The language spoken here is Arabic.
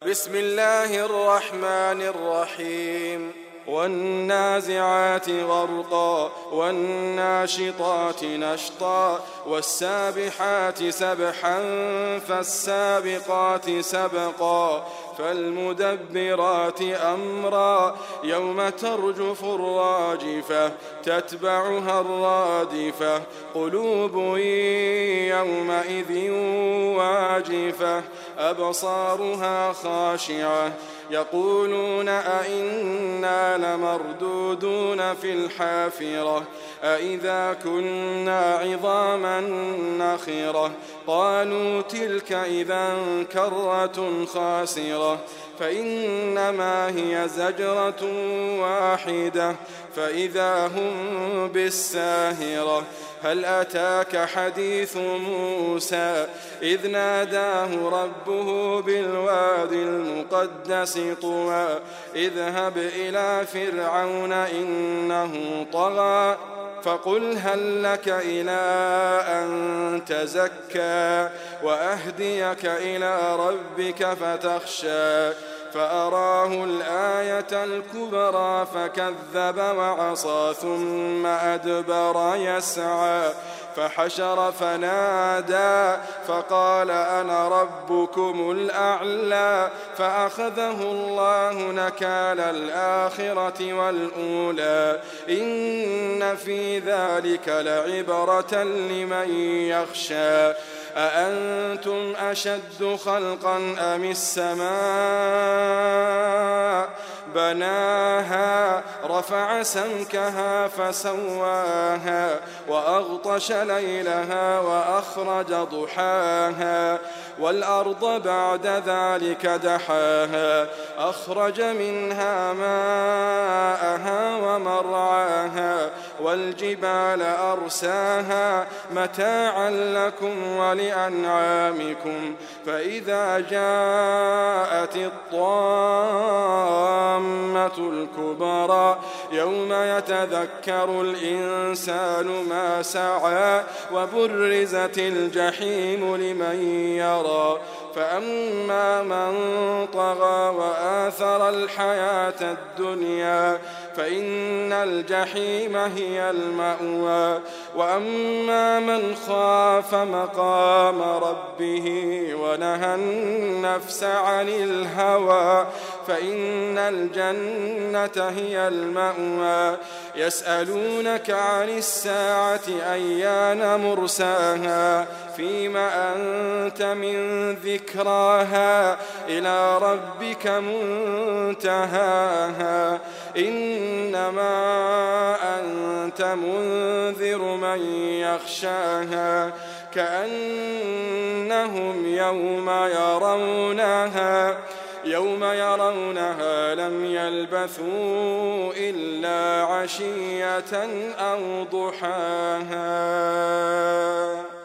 بسم الله الرحمن الرحيم والنازعات غرقا والناشطات نشطا والسابحات سبحا فالسابقات سبقا فالمدبرات أمرا يوم ترجف الراجفة تتبعها الرادفة قلوب يومئذ واجفة أبصارها خاشعة يقولون أئنا لمردودون في الحافرة أئذا كنا عظاما نخرة قالوا تلك إذا كرة خاسرة فإنما هي زجرة واحدة فإذا هم بالساهرة هل أتاك حديث موسى إذ ناداه ربه بالواد المقدس طوى اذهب إلى فرعون إنه طغى فقل هل لك إلى أن تزكى وأهديك إلى ربك فتخشى فأراه الآية الكبرى فكذب وعصى ثم أدبر يسعى فحشر فنادى فقال أنا ربكم الأعلى فأخذه الله نكال الآخرة والأولى إن في ذلك لعبرة لمن يخشى أأنتم أشد خلقا أم السماء بناها رفع سمكها فسواها وأغطش ليلها وأخرج ضحاها والأرض بعد ذلك دحاها أخرج منها ماءها ومرعاها والجبال أرساها متاعا لكم ولأنعامكم فإذا جاءت الطامة الكبرى يوم يتذكر الإنسان ما سعى وبرزت الجحيم لمن يرى فأما من طغى وآثر الحياة الدنيا فإن الجحيم هي المأوى وأما من خاف مقام ربه ونهى النفس عن الهوى فإن الجنة هي المأوى يسألونك عن الساعة أيان مرساها فيما أنت من ذكراها إلى ربك منتهاها إنما أنت منذر من يخشاها كأنهم يوم يرونها لم يلبثوا إلا عشية أو ضحاها.